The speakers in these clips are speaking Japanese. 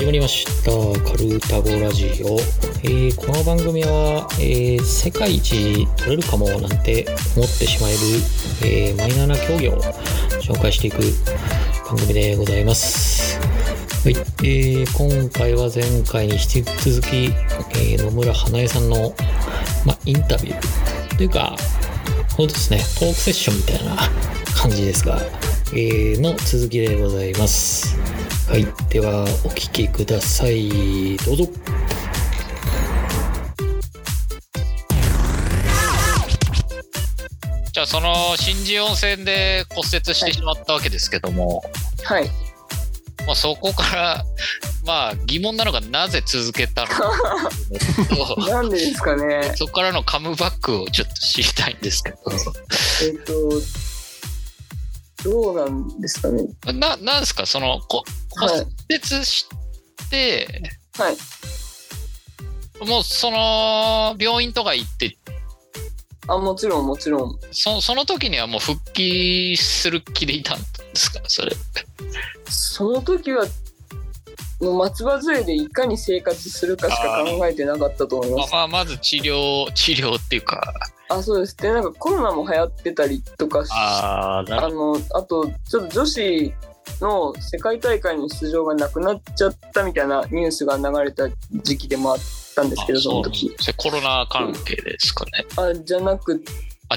まりましたカルタゴラジオ。この番組は、世界一取れるかもなんて思ってしまえる、マイナーな競技を紹介していく番組でございます。はい、今回は前回に引き続き、野村花江さんの、インタビューというかそうですね、トークセッションみたいな感じですが、の続きでございます。はい、ではお聞きください。どうぞ。 じゃあその新人温泉で骨折してしまったわけですけども、 はい、 そこから疑問なのがなぜ続けたのかなんでですかね。 そこからのカムバックをちょっと知りたいんですけど。 どうなんですかね。 なんですか、その骨折して、 はい、 もうその病院とか行って、 もちろんその時にはもう復帰する気でいたんですか。 その時はもう松葉杖でいかに生活するかしか考えてなかったと思います。 まず治療っていうか、 そうです。で、なんかコロナも流行ってたりとかあとちょっと女子の世界大会の出場がなくなっちゃったみたいなニュースが流れた時期でもあったんですけど、その時コロナ関係ですかね。 じゃなく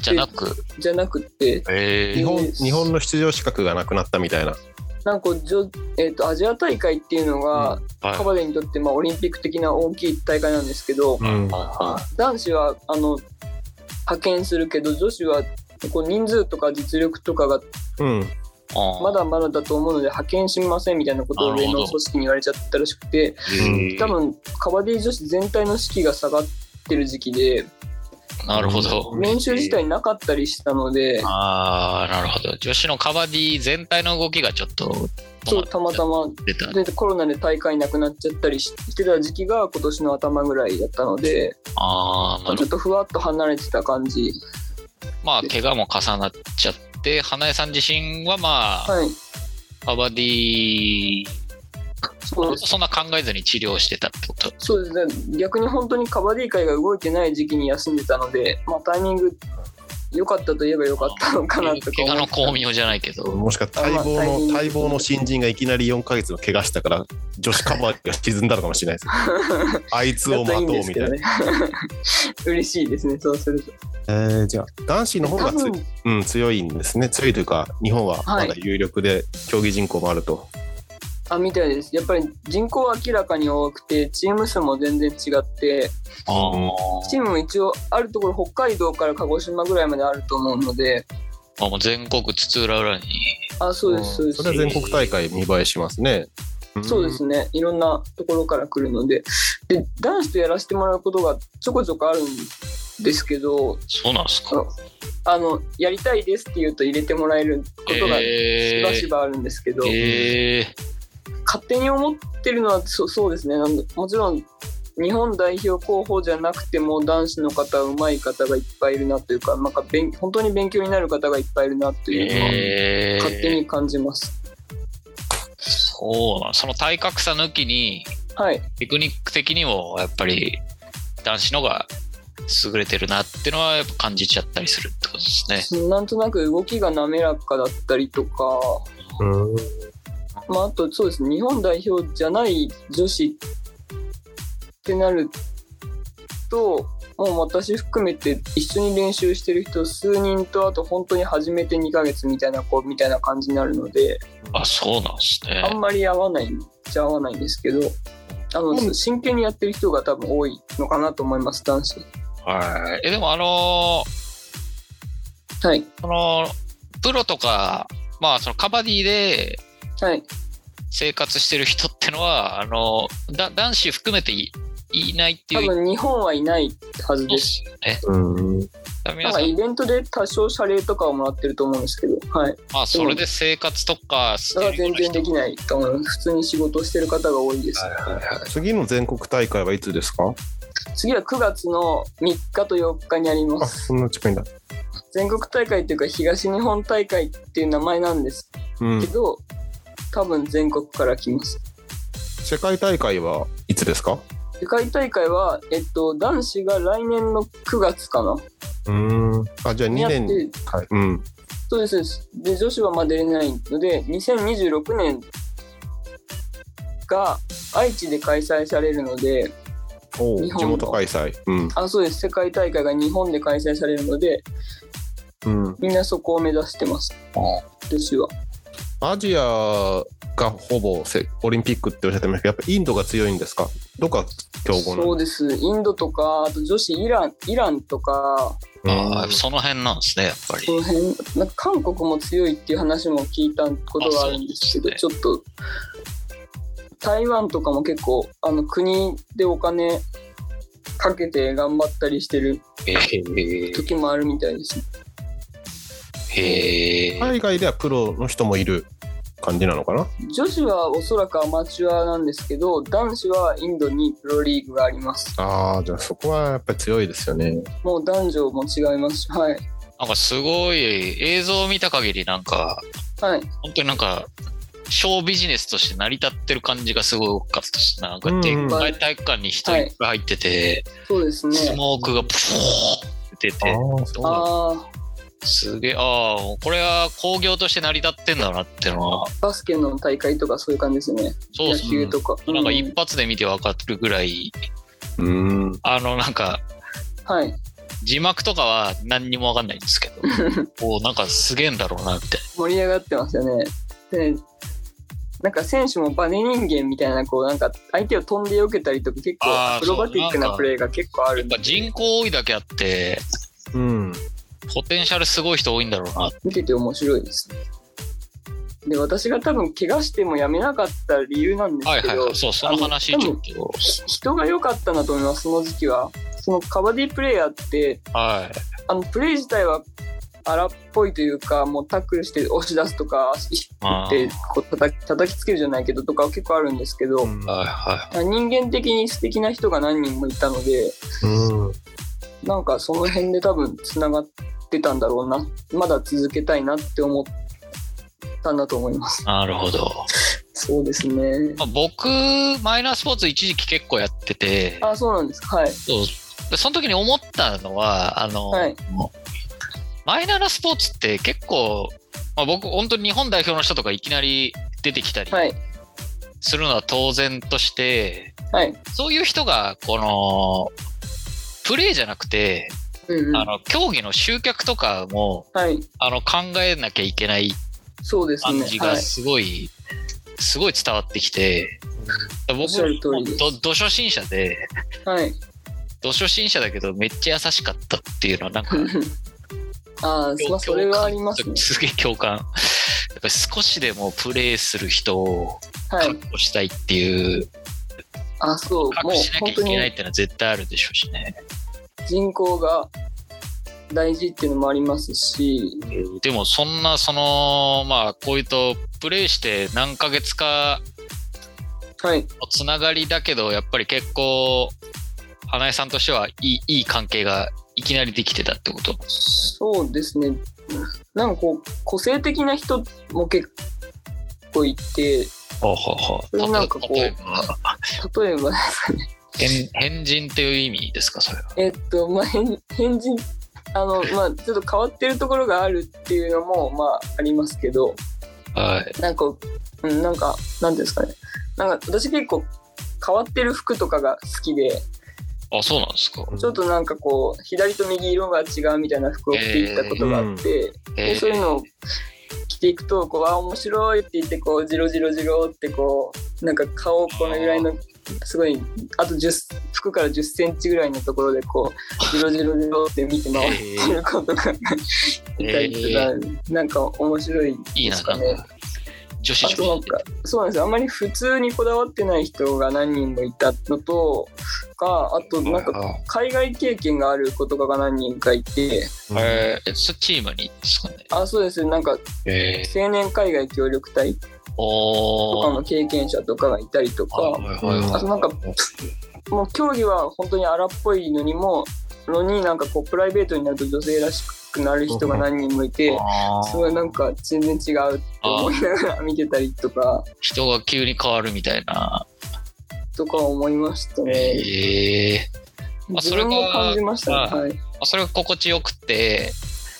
て、 日本の出場資格がなくなったみたいな。 なんかアジア大会っていうのが、カバディにとってオリンピック的な大きい大会なんですけど、男子は派遣するけど女子は人数とか実力とかがまだまだだと思うので派遣しませんみたいなことを上の組織に言われちゃったらしくて、多分カバディ女子全体の士気が下がってる時期で、 なるほど、 練習自体なかったりしたので、 なるほど、女子のカバディ全体の動きがちょっとたまたまでコロナで大会なくなっちゃったりしてた時期が今年の頭ぐらいだったので、ちょっとふわっと離れてた感じ。 怪我も重なっちゃって、花江さん自身はカバディそんな考えずに治療してたってこと？ そうですね。逆に本当にカバディ界が動いてない時期に休んでたので、タイミング良かったといえば良かったのかなとか。 怪我の巧妙じゃないけど、 もしか待望の新人がいきなり4ヶ月の怪我したから女子カバディが沈んだのかもしれないですあいつを待とうみたいな。 嬉しいですね、そうすると。 じゃあ男子の方が強いんですね。強いというか日本はまだ有力で、競技人口もあると。 みたいです。やっぱり人口は明らかに多くて、チーム数も全然違って、チームも一応あるところ北海道から鹿児島ぐらいまであると思うので、 もう全国津々浦々に。 そうですそうです。 それは全国大会見栄えしますね。 そうですね。いろんなところから来るので、男子とやらせてもらうことがちょこちょこあるんですけど。 そうなんですか。 やりたいですって言うと入れてもらえることがしばしばあるんですけど、勝手に思ってるのはそうですね。もちろん日本代表候補じゃなくても男子の方上手い方がいっぱいいるなというか、本当に勉強になる方がいっぱいいるなというのは勝手に感じます。 そうなん。その体格差抜きに、テクニック的にもやっぱり男子のが優れてるなっていうのはやっぱ感じちゃったりするってことですね。 なんとなく動きが滑らかだったりとか、あとそうですね、日本代表じゃない女子ってなると、もう私含めて一緒に練習してる人数人と、あと本当に初めて2ヶ月みたいな子みたいな感じになるので、 そうなんですね。 あんまり合わないっちゃ合わないんですけど、真剣にやってる人が多分多いのかなと思います、男子。 でもそのプロとか、そのカバディで生活してる人ってのは男子含めていないっていう。 多分日本はいないはずです。なんかイベントで多少謝礼とかをもらってると思うんですけど、 それで生活とかしてる全然できないと思います。普通に仕事してる方が多いです。 次の全国大会はいつですか？ 次は9月の3日と4日にあります。 そんな近いんだ。 全国大会っていうか東日本大会っていう名前なんですけど、多分全国から来ます。 世界大会はいつですか？ 世界大会は、男子が来年の9月かな。 じゃあ2年。はい。 そうです。で、女子はまだ出れないので、2026年が愛知で開催されるので、 地元開催。 そうです。世界大会が日本で開催されるので、みんなそこを目指してます。女子は。 アジアがほぼオリンピックっておっしゃってましたけど、やっぱインドが強いんですか？どこか強豪なんですか？ そうです。インドとか、あと女子イランとか。 その辺なんですね、やっぱり。 その辺、なんか韓国も強いっていう話も聞いたことがあるんですけど、ちょっと台湾とかも結構国でお金かけて頑張ったりしてる時もあるみたいですね。 海外ではプロの人もいる感じなのかな？ 女子はおそらくアマチュアなんですけど、男子はインドにプロリーグがあります。 じゃあそこはやっぱり強いですよね。 もう男女も違いますし、はい。 なんかすごい映像を見た限りなんか、はい、本当になんかショービジネスとして成り立ってる感じがすごかったし、なんかでっかい体育館に人いっぱい入ってて、 そうですね。 スモークがプーって出て、すげえ、これは工業として成り立ってんだなってのは。 バスケの大会とかそういう感じですね。 そうですね。 野球とか。 なんか一発で見て分かるぐらい、なんか、 はい。 字幕とかは何にも分かんないんですけど、なんかすげえんだろうなって。 盛り上がってますよね。で、なんか選手もバネ人間みたいな、なんか相手を飛んで避けたりとか結構アクロバティックなプレーが結構あるんで。 やっぱ人口多いだけあって、ポテンシャルすごい人多いんだろうな。 見てて面白いですね。で、私が多分怪我してもやめなかった理由なんですけど、 その話ちょっと人が良かったなと思います。その時期はそのカバディプレイヤーって、プレイ自体は荒っぽいというか、もうタックルして押し出すとか足ってこう叩きつけるじゃないけどとか結構あるんですけど、人間的に素敵な人が何人もいたので、なんかその辺で多分つながってたんだろうな、まだ続けたいなって思ったんだと思います。 なるほど。 そうですね。 僕マイナースポーツ一時期結構やってて。 そうなんですか。はい。 その時に思ったのはマイナーなスポーツって結構、僕本当に日本代表の人とかいきなり出てきたりするのは当然として、そういう人がこのプレーじゃなくて、競技の集客とかも、考えなきゃいけない感じがすごい伝わってきて、僕ど初心者で、ど初心者だけどめっちゃ優しかったっていうのはなんかそれはありますね。 すげえ共感。やっぱり少しでもプレーする人を確保したいっていう、確保しなきゃいけないっていうのは絶対あるでしょうしね。 人口が大事っていうのもありますし、 でもそんなこういうとプレーして何ヶ月かのつながりだけど、やっぱり結構花江さんとしてはいい関係がいきなりできてたってこと？ そうですね。なんかこう個性的な人も結構いて、なんかこう例えばですね。 変人っていう意味ですか、それは？ 変人、ちょっと変わってるところがあるっていうのもありますけど、なんかなんですかね。なんか私結構変わってる服とかが好きで。 そうなんですか。 ちょっとなんかこう左と右色が違うみたいな服を着ていったことがあって、でそういうのを着ていくと面白いって言ってジロジロジロってなんか顔このぐらいのすごいあと服から10センチぐらいのところでジロジロジロって見て回ってる子とかいたりとか、なんか面白いですかね。 女子そうなんですよ。あんまり普通にこだわってない人が何人もいたのとか、あとなんか海外経験がある子とかが何人かいて、 チームにですかね。 そうです。なんか青年海外協力隊とかの経験者とかがいたりとか、あとなんかもう競技は本当に荒っぽいのになんかプライベートになると女性らしくなる人が何人もいて、すごいなんか全然違うって思いながら見てたりとか、 人が急に変わるみたいな。 とか思いましたね。自分も感じましたね。はい。 それが心地よくて、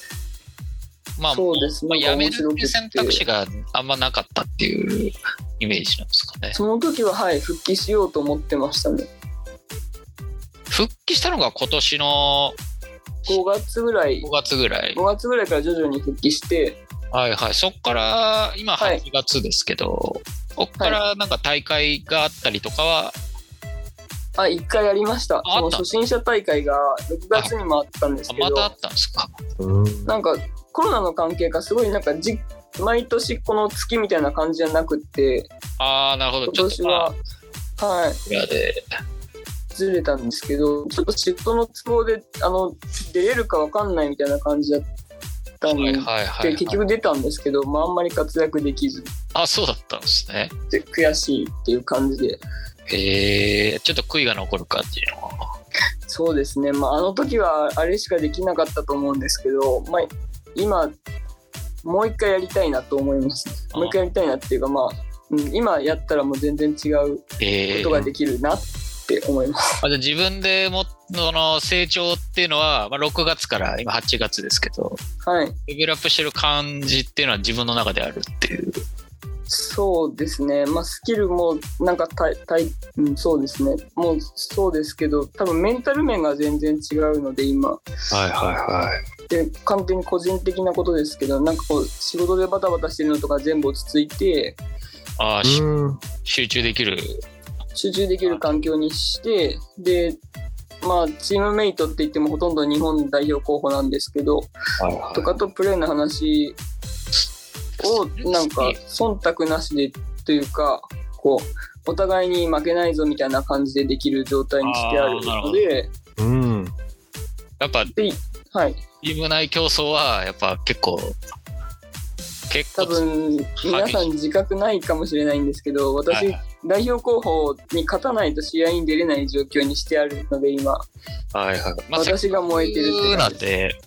そうですね。 やめるっていう選択肢があんまなかったっていうイメージなんですかね。 その時は復帰しようと思ってましたね。 復帰したのが今年の 5月ぐらいから徐々に復帰して、 はいはい、そっから今8月ですけど、こっからなんか大会があったりとかは、 1回ありました。その初心者大会が6月にもあったんですけど、 またあったんですか。 なんかコロナの関係かすごいなんか毎年この月みたいな感じじゃなくって、 なるほど。 今年はずれたんですけど、ちょっと仕事の都合で出れるか分かんないみたいな感じだったんで、結局出たんですけど、あんまり活躍できず。 そうだったんですね。 で悔しいっていう感じで。 ちょっと悔いが残る感じの。 そうですね。あの時はあれしかできなかったと思うんですけど、今もう一回やりたいなと思います。もう一回やりたいなっていうか、今やったらもう全然違うことができるなって思います。 じゃあ自分での成長っていうのは、6月から今8月ですけど、レベルアップしてる感じっていうのは自分の中であるっていう。 そうですね。スキルもなんかそうですね。もうそうですけど、多分メンタル面が全然違うので今。で完全に個人的なことですけど、なんか仕事でバタバタしてるのとか全部落ち着いて、 集中できる環境にして、でチームメイトって言ってもほとんど日本代表候補なんですけど、とかとプレーの話をなんか忖度なしでというか、お互いに負けないぞみたいな感じでできる状態にしてあるので、 やっぱチーム内競争はやっぱ結構多分皆さん自覚ないかもしれないんですけど、私、代表候補に勝たないと試合に出れない状況にしてあるので今、私が燃えてるって感じで、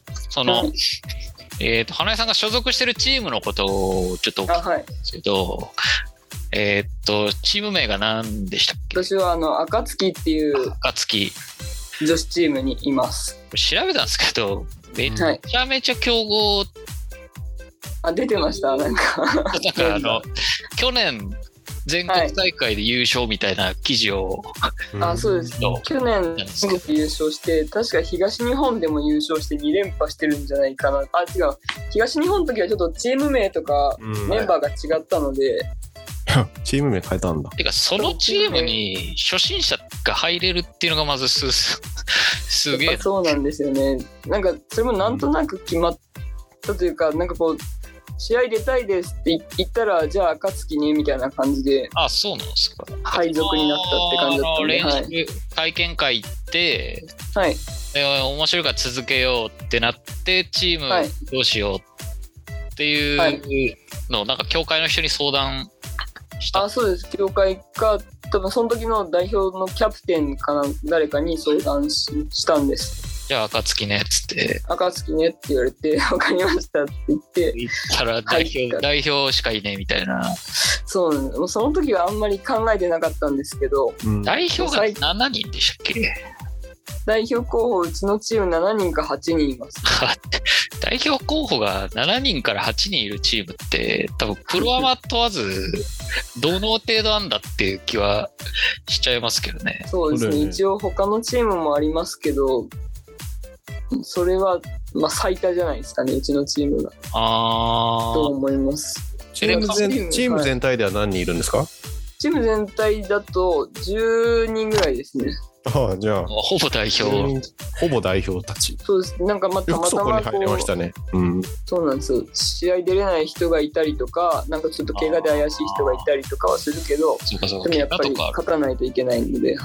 花江さんが所属してるチームのことをちょっとお聞きしたんですけど、チーム名が何でしたっけ？ 私は暁っていう女子チームにいます。 調べたんですけど、めちゃめちゃ強豪。 出てました。なんか去年全国大会で優勝みたいな記事を、 そうです。去年全国優勝して、確か東日本でも優勝して2連覇してるんじゃないかな。違う。東日本の時はちょっとチーム名とかメンバーが違ったので、 チーム名変えたんだ。 てかそのチームに初心者が入れるっていうのがまずすげえ。 そうなんですよね。なんかそれもなんとなく決まったというか、なんか試合出たいですって言ったら、じゃあ暁ねみたいな感じで、 そうなんですか。 配属になったって感じだったんで、 練習体験会行って、面白いから続けようってなって、チームどうしようっていうのをなんか協会の人に相談した。 そうです。協会か多分その時の代表のキャプテンかな、誰かに相談したんです。 じゃあ暁ねっつって、 暁ねって言われて、分かりましたって言ったら代表しかいねえみたいな。 そうなんです。その時はあんまり考えてなかったんですけど、 代表が7人でしたっけ？ 代表候補、うちのチーム7人か8人います。 代表候補が7人から8人いるチームって多分プロアマ問わずどの程度あんだっていう気はしちゃいますけどね。 そうですね。一応他のチームもありますけど、それは最多じゃないですかね、うちのチームが。と思います。 チーム全体では何人いるんですか？ チーム全体だと10人ぐらいですね。 じゃあほぼ代表たち。 そうです。なんかたまたまそこに入りましたね。 そうなんですよ。試合出れない人がいたりとか、なんかちょっと怪我で怪しい人がいたりとかはするけど、でもやっぱり勝たないといけないので、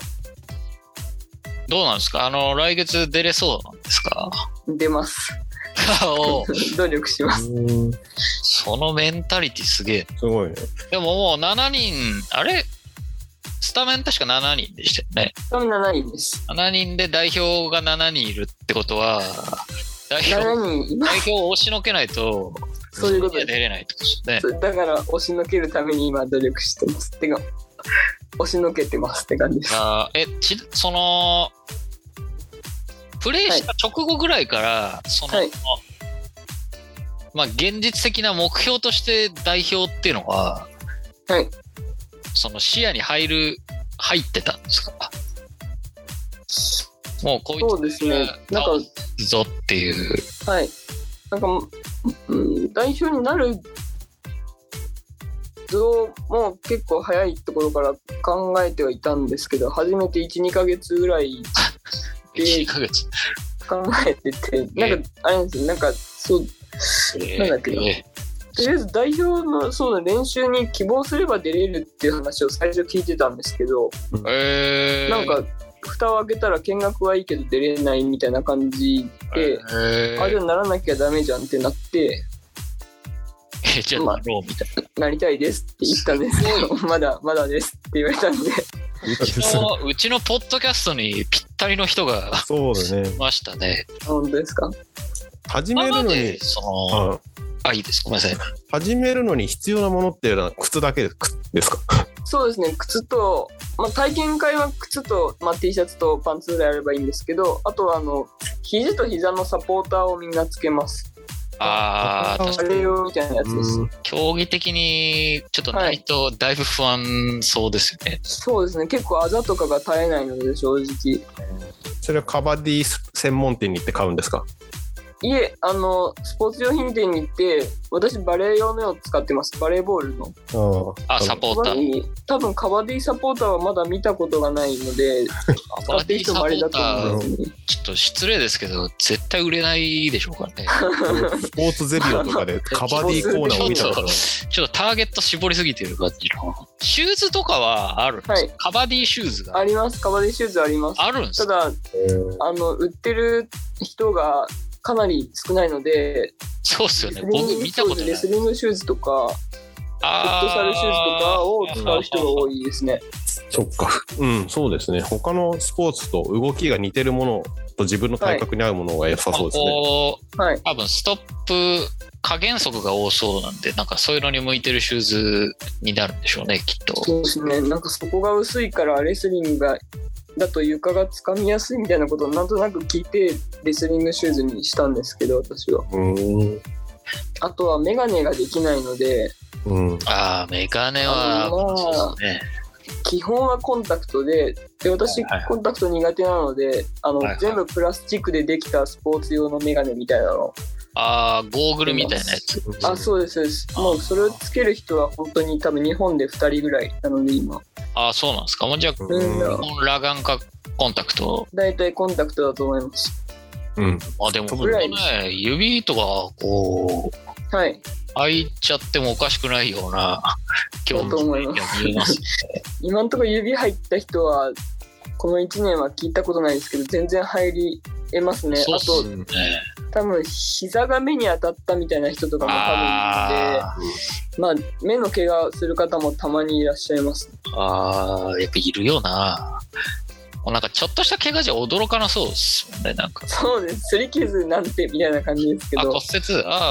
どうなんですか？来月出れそうなんですか？ 出ます。努力します。 そのメンタリティすげえ。 すごいね。 でももう7人、スタメン確か7人でしたよね。 スタメン7人です。 7人で代表が7人いるってことは、代表を押しのけないと、 そういうことで出れないってことですね。 だから押しのけるために今努力してます。てか押しのけてますって感じです。 そのプレイした直後ぐらいから、まあ現実的な目標として代表っていうのは、その視野に入ってたんですか？もうこいつそうですね。なんかぞっていう。 なんか、代表になる図も結構早いところから考えてはいたんですけど、初めて 1,2 ヶ月ぐらいで考えてて、なんかあれなんですよ、なんかそうなんだっけど、とりあえず代表の練習に希望すれば出れるっていう話を最初聞いてたんですけど、なんか蓋を開けたら見学はいいけど出れないみたいな感じで、じゃあならなきゃダメじゃんってなって、 じゃあなろうみたいな。 なりたいですって言ったんですけど、まだですって言われたんで。 うちのポッドキャストにぴったりの人がいましたね。 本当ですか？ 始めるのにいいです。ごめんなさい。 始めるのに必要なものっていうのは靴だけですか？ そうですね。靴と、体験会は靴と、T シャツとパンツぐらいあればいいんですけど、あとは肘と膝のサポーターをみんなつけます。 確かに。あれ用みたいなやつです。 競技的にちょっとないとだいぶ不安そうですよね。 そうですね。結構あざとかが絶えないので、正直。 それはカバディ専門店に行って買うんですか？ いえ、スポーツ用品店に行って、私バレー用のを使ってます。バレーボールの。 サポーター。 多分カバディサポーターはまだ見たことがないので、使ってる人もあれだと思うんですね。 ちょっと失礼ですけど、絶対売れないでしょうからね。 スポーツゼビオとかでカバディコーナーを見たことない。 ちょっとターゲット絞りすぎてる感じの。シューズとかはあるんですか？カバディシューズが。 あります。カバディシューズあります。 あるんですか？ ただ、売ってる人がかなり少ないので、 そうっすよね。僕見たことない。 レスリングシューズとか、フットサルシューズとかを使う人が多いですね。 そっか。そうですね。他のスポーツと動きが似てるものと自分の体格に合うものが良さそうですね。 多分ストップ加減速が多そうなんで、なんかそういうのに向いてるシューズになるんでしょうね、きっと。 そうですね。なんかそこが薄いからレスリングだと床がつかみやすいみたいなことをなんとなく聞いてレスリングシューズにしたんですけど、私は。あとはメガネができないので、 メガネはそうですね。 基本はコンタクトで私コンタクト苦手なので、全部プラスチックでできたスポーツ用のメガネみたいなの。 ゴーグルみたいなやつ。 そうです。もうそれをつける人は本当に多分日本で2人ぐらいなので今。 そうなんですか。もうじゃあ日本裸眼かコンタクト。 大体コンタクトだと思います。 でも本当ね、指とかこう開いちゃってもおかしくないような競技に見えます。今のところ指入った人はこの1年は聞いたことないですけど、全然入り得ますね。あと多分膝が目に当たったみたいな人とかも多分いて、目の怪我する方もたまにいらっしゃいます。 やっぱいるよな。なんかちょっとした怪我じゃ驚かなそうですよね。なんかそうです。擦り傷なんてみたいな感じですけど。 骨折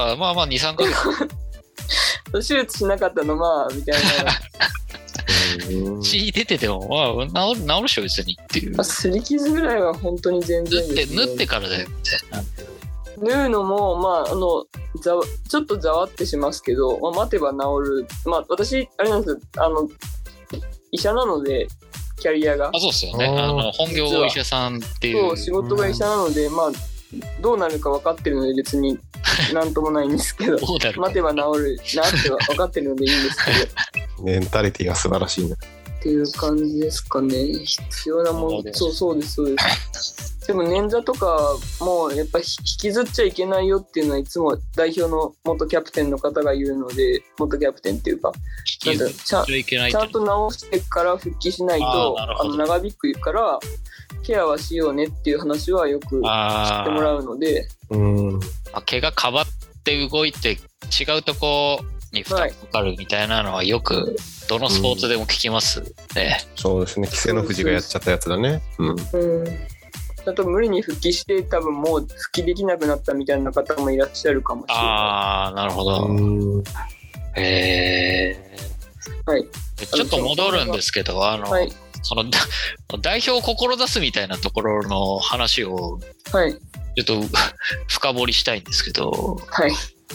2、3ヶ月手術しなかったのみたいな。血出てても治るしょ別にっていう。 擦り傷ぐらいは本当に全然です、 縫ってからだよみたいな。 縫うのもちょっとざわってしますけど、待てば治る。私あれなんですよ。医者なので。キャリアがそうですよね。本業医者さんっていう。 そう仕事が医者なので、どうなるか分かってるので別になんともないんですけど待てば治るなって分かってるのでいいんですけどメンタリティが素晴らしいねっていう感じですかね。必要なもの。そうです。でも捻挫とかもやっぱり引きずっちゃいけないよっていうのはいつも代表の元キャプテンの方が言うので、元キャプテンっていうかちゃんと直してから復帰しないと長引くからケアはしようねっていう話はよく知ってもらうので、 毛がかばって動いて違うとこに負担かかるみたいなのはよくどのスポーツでも聞きますね。 そうですね。稀勢の富士がやっちゃったやつだね。 あと無理に復帰して多分もう復帰できなくなったみたいな方もいらっしゃるかもしれない。 なるほど。 はい、 ちょっと戻るんですけど、はい、その代表を志すみたいなところの話をちょっと深掘りしたいんですけど、 はい、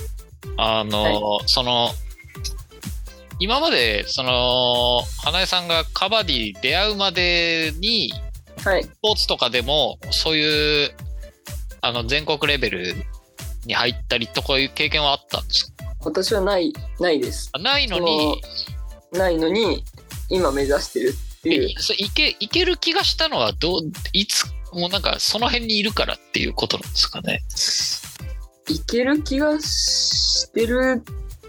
その今までその花江さんがカバディ出会うまでに、 はい、 スポーツとかでもそういう全国レベルに入ったりとかいう経験はあったんですか？ 私はないです。 ないのに今目指してるっていう。 いける気がしたのはいつもうなんかその辺にいるからっていうことなんですかね。 いける気がしてる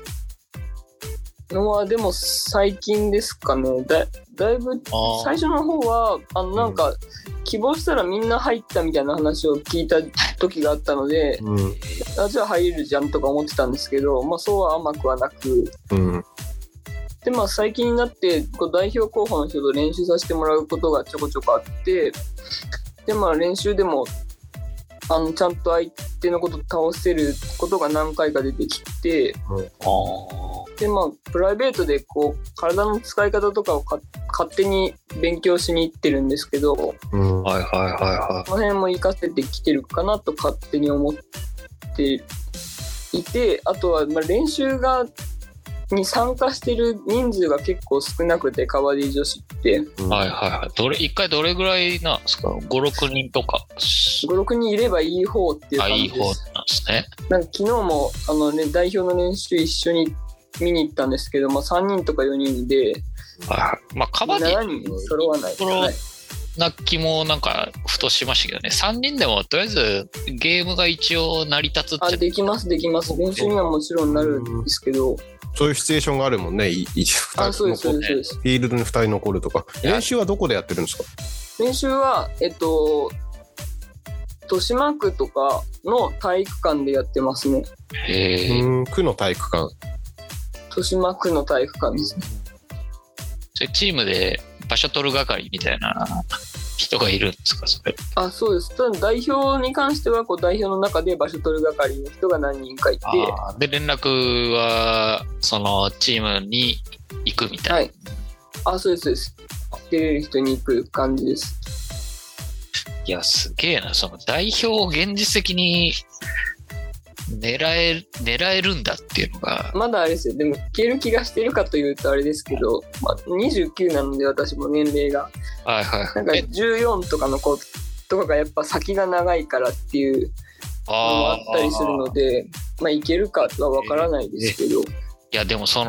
のはでも最近ですかね。だいぶ最初の方はなんか希望したらみんな入ったみたいな話を聞いた時があったので、じゃあ入るじゃんとか思ってたんですけど、そうは甘くはなく、で最近になって代表候補の人と練習させてもらうことがちょこちょこあって、で練習でもちゃんと相手のことを倒せることが何回か出てきて、でプライベートで体の使い方とかを勝手に勉強しに行ってるんですけど、その辺も活かせてきてるかなと勝手に思っていて、あとは練習に参加してる人数が結構少なくて、カバディ女子って、 一回どれぐらいなんですか？5、6人とか。 5、6人いればいい方っていう感じです。 いい方なんですね。 なんか昨日も代表の練習一緒に見に行ったんですけど、3人とか4人で、 カバディ 7人揃わない。 な気もなんかふとしましたけどね。3人でもとりあえずゲームが一応成り立つって。 できます。練習にはもちろんなるんですけど。 そういうシチュエーションがあるもんね。 そうです。フィールドに2人残るとか。練習はどこでやってるんですか？ 練習は豊島区とかの体育館でやってますね。 区の体育館。 豊島区の体育館ですね。 それチームで場所取る係みたいな人がいるんですか？それ。 そうです。ただ代表に関しては代表の中で場所取る係の人が何人かいて、 で連絡はそのチームに行くみたいな。 そうです。出れる人に行く感じです。 いやすげえな、その代表を現実的に狙えるんだっていうのが。 まだあれですよ。でもいける気がしてるかというとあれですけど、29なので私も年齢が、なんか14とかの子とかがやっぱ先が長いからっていうのもあったりするので、いけるかは分からないですけど、 いやでも正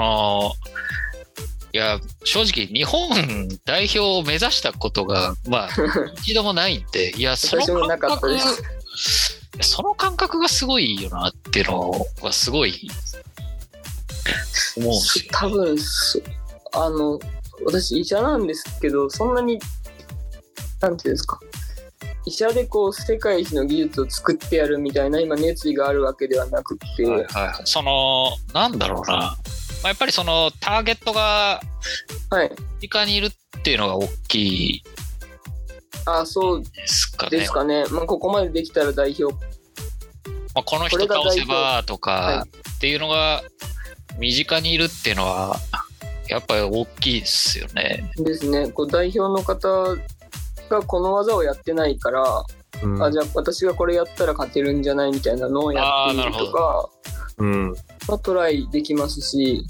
直日本代表を目指したことが一度もないんで、いやその私もなかったです。 その感覚がすごいよなっていうのはすごい思うんですよ。 多分私医者なんですけど、そんなになんていうんですか、医者で世界一の技術を作ってやるみたいな今熱意があるわけではなくて、 なんだろうな、やっぱりそのターゲットが身近にいるっていうのが大きい。 そうですかね。ここまでできたら代表、 この人倒せばとかっていうのが身近にいるっていうのはやっぱり大きいですよね。 ですね。代表の方がこの技をやってないから、じゃあ私がこれやったら勝てるんじゃないみたいなのをやってみるとか、トライできますし。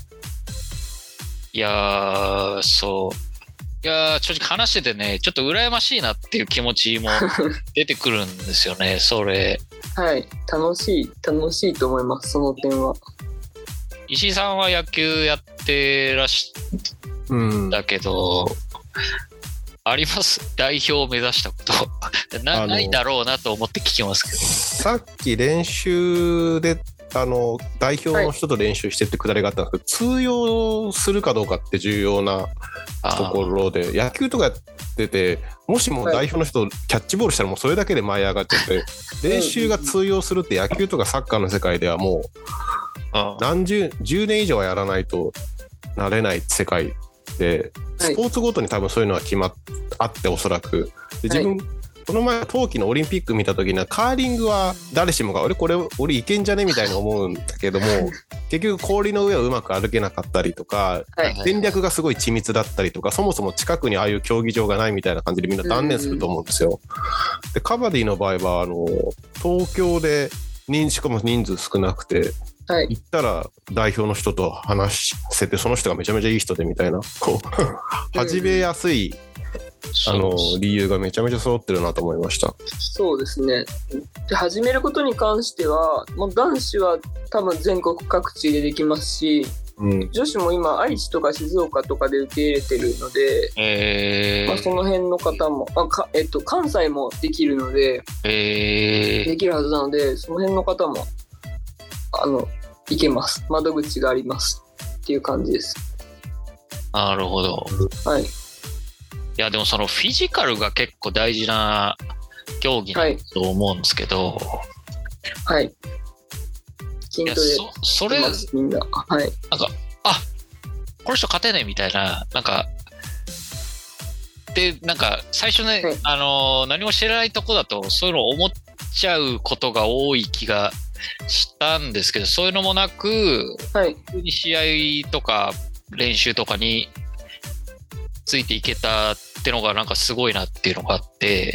正直話しててね、ちょっと羨ましいなっていう気持ちも出てくるんですよね。それ。 楽しいと思います、その点は。 石井さんは野球やってらしたけど、あります？代表を目指したことないだろうなと思って聞きますけど。 さっき練習で代表の人と練習してってくだりがあったんですけど、通用するかどうかって重要なところで、野球とかやってて、もしも代表の人とキャッチボールしたらもうそれだけで舞い上がっちゃって練習が通用するって野球とかサッカーの世界ではもう10年以上はやらないとなれない世界で、スポーツごとに多分そういうのはあって、おそらくで自分この前冬季のオリンピック見た時にはカーリングは誰しもが俺いけんじゃねみたいに思うんだけども結局氷の上をうまく歩けなかったりとか、戦略がすごい緻密だったりとか、そもそも近くにああいう競技場がないみたいな感じでみんな断念すると思うんですよ。でカバディの場合は東京でしかも人数少なくて、行ったら代表の人と話せて、その人がめちゃめちゃいい人でみたいな始めやすい理由がめちゃめちゃ揃ってるなと思いました。 そうですね。で始めることに関してはもう男子は多分全国各地でできますし、女子も今愛知とか静岡とかで受け入れてるので、その辺の方も関西もできるので、できるはずなので、その辺の方もいけます。窓口がありますっていう感じです。 なるほど。 はい。 いやでもそのフィジカルが結構大事な競技だと思うんですけど、 はい。筋トレそれみんな、はい。 なんかこの人勝てねえみたいな、なんかでなんか最初ね、何も知らないとこだとそういうの思っちゃうことが多い気がしたんですけど、そういうのもなく、普通に試合とか練習とかについていけたってのがなんかすごいなっていうのがあって、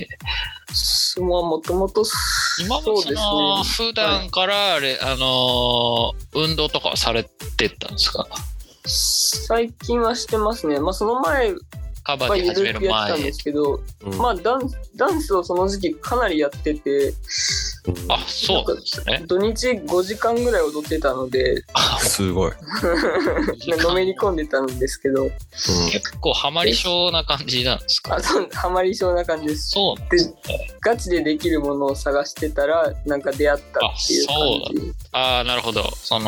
もともと今も普段から運動とかはされてたんですか？ 最近はしてますね。その前カバディ始める前やってたんですけど、ダンスをその時期かなりやってて、 そうなんですね。 土日5時間ぐらい踊ってたので、 すごいのめり込んでたんですけど、 結構ハマり症な感じなんですか？ そう、ハマり症な感じです。 そうなんですね。 ガチでできるものを探してたらなんか出会ったっていう感じ。 なるほど。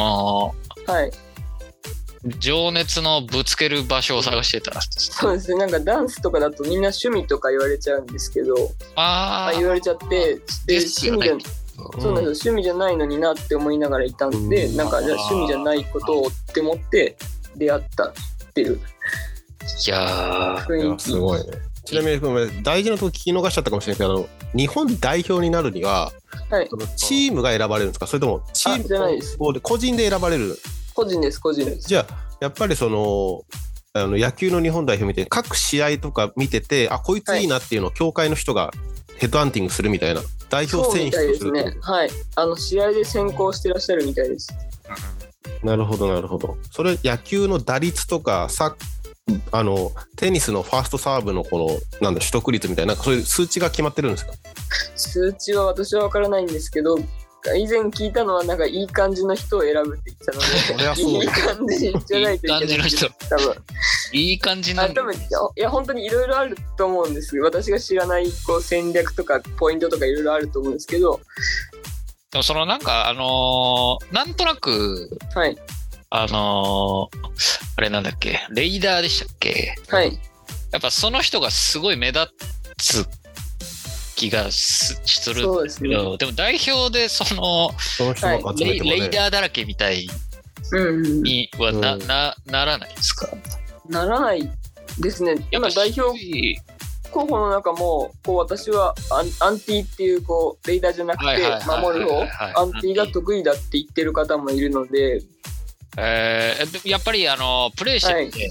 情熱のぶつける場所を探してた。 そうですね。なんかダンスとかだとみんな趣味とか言われちゃうんですけど、言われちゃって、趣味じゃないのになって思いながらいたんで、なんかじゃあ趣味じゃないことをって思って出会ったっていう。 いやー、 すごいね。ちなみに大事なとこ聞き逃しちゃったかもしれないけど、日本代表になるには、チームが選ばれるんですか？それともチームじゃないです。 個人で選ばれる？ 個人です。 じゃあやっぱり野球の日本代表見て各試合とか見てて、こいついいなっていうのを協会の人がヘッドハンティングするみたいな、代表選出する。そうみたいですね。 はい。試合で選考してらっしゃるみたいです。 なるほど。それ野球の打率とかテニスのファーストサーブの取得率みたいな、そういう数値が決まってるんですか？ 数値は私は分からないんですけど、以前聞いたのはなんかいい感じの人を選ぶって言ってたので、いい感じじゃないといけない。いい感じの人。多分。 いい感じなんだ。 いや本当にいろいろあると思うんですけど、私が知らない戦略とかポイントとかいろいろあると思うんですけど。 でもなんかなんとなく、あれなんだっけ、レイダーでしたっけ？ はい。 やっぱその人がすごい目立つ気がするんですけど、でも代表でそのレイダーだらけみたいにはならないですか？ ならないですね。今代表候補の中も私はアンティっていうレイダーじゃなくて守る方、アンティが得意だって言ってる方もいるので、 やっぱりプレイしてて、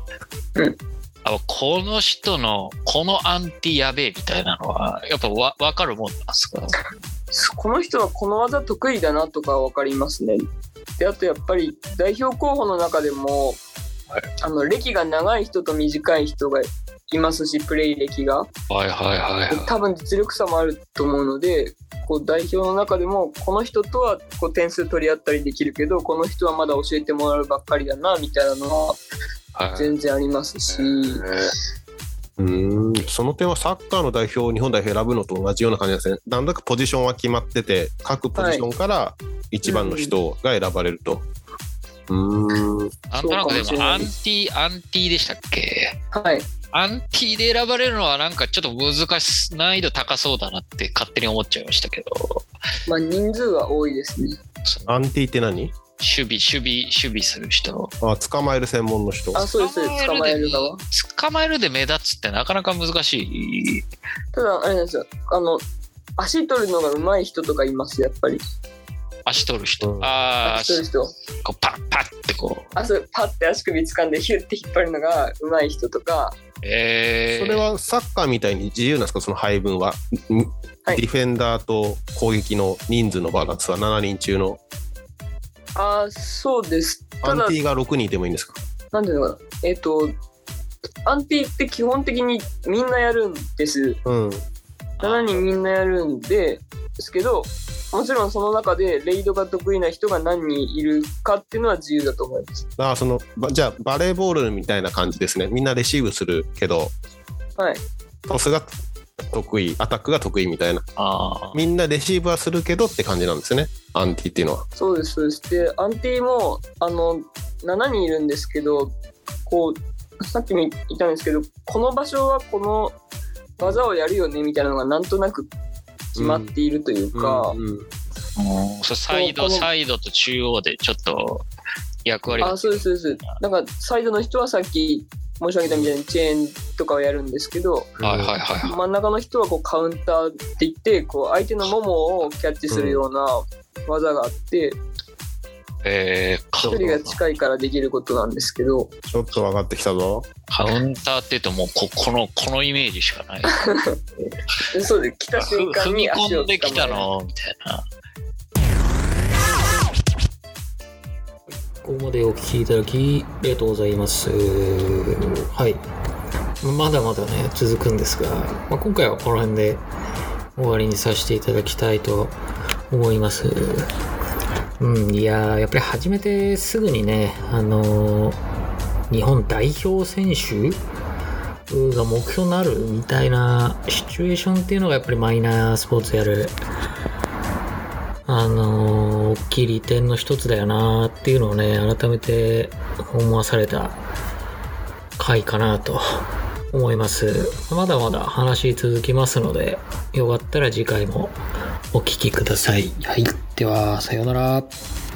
この人のこのアンティやべえみたいなのはやっぱ分かるもんなんですか？ この人はこの技得意だなとか分かりますね。であとやっぱり代表候補の中でも、歴が長い人と短い人がいますし、プレイ歴が、多分実力差もあると思うので、代表の中でもこの人とは点数取り合ったりできるけど、この人はまだ教えてもらうばっかりだなみたいなのは全然ありますし、 その点はサッカーの代表、日本代表選ぶのと同じような感じですね。なんだかポジションは決まってて、各ポジションから一番の人が選ばれると。 なんとなくでもアンティでしたっけ？ はい。 アンティで選ばれるのはなんかちょっと難易度高そうだなって勝手に思っちゃいましたけど。 人数は多いですね。 アンティって何？ 守備する人。 捕まえる専門の人。 そうです。捕まえる側。 捕まえるで目立つってなかなか難しい。 ただあれなんですよ。足取るのが上手い人とかいますやっぱり。 足取る人。 足取る人。 こうパッってこう。 そうパッて足首掴んでヒュッて引っ張るのが上手い人とか。 それはサッカーみたいに自由なんですか、その配分は。はい、ディフェンダーと攻撃の人数のバランスは7人中の。 そうです。 アンティが6人いてもいいんですか？ なんていうのかな。アンティって基本的にみんなやるんです。7人みんなやるんですけど、もちろんその中でレイドが得意な人が何人いるかっていうのは自由だと思います。 じゃあバレーボールみたいな感じですね。みんなレシーブするけど、 はい、 トスが得意、アタックが得意みたいな。みんなレシーブはするけどって感じなんですね、アンティっていうのは。 そうですそうです。でアンティも7人いるんですけど、こうさっきも言ったんですけど、この場所はこの技をやるよねみたいなのがなんとなく決まっているというか、 サイドと中央でちょっと役割が。 そうですそうです。なんかサイドの人はさっき申し上げたみたいにチェーンとかをやるんですけど、真ん中の人はこうカウンターって言ってこう相手のももをキャッチするような技があって、距離が近いからできることなんですけど。 ちょっと分かってきたぞ。 カウンターって言うともうこのイメージしかない。 そうで来た瞬間に足を踏み込んできたのみたいな。 ここまでお聞きいただきありがとうございます。はい。まだまだね続くんですが、今回はこの辺で終わりにさせていただきたいと思います。いややっぱり始めてすぐにね、日本代表選手が目標になるみたいなシチュエーションっていうのがやっぱりマイナースポーツやる大きい利点の一つだよなっていうのをね改めて思わされた回かなと思います。まだまだ話続きますので、よかったら次回もお聞きください。はい、ではさようなら。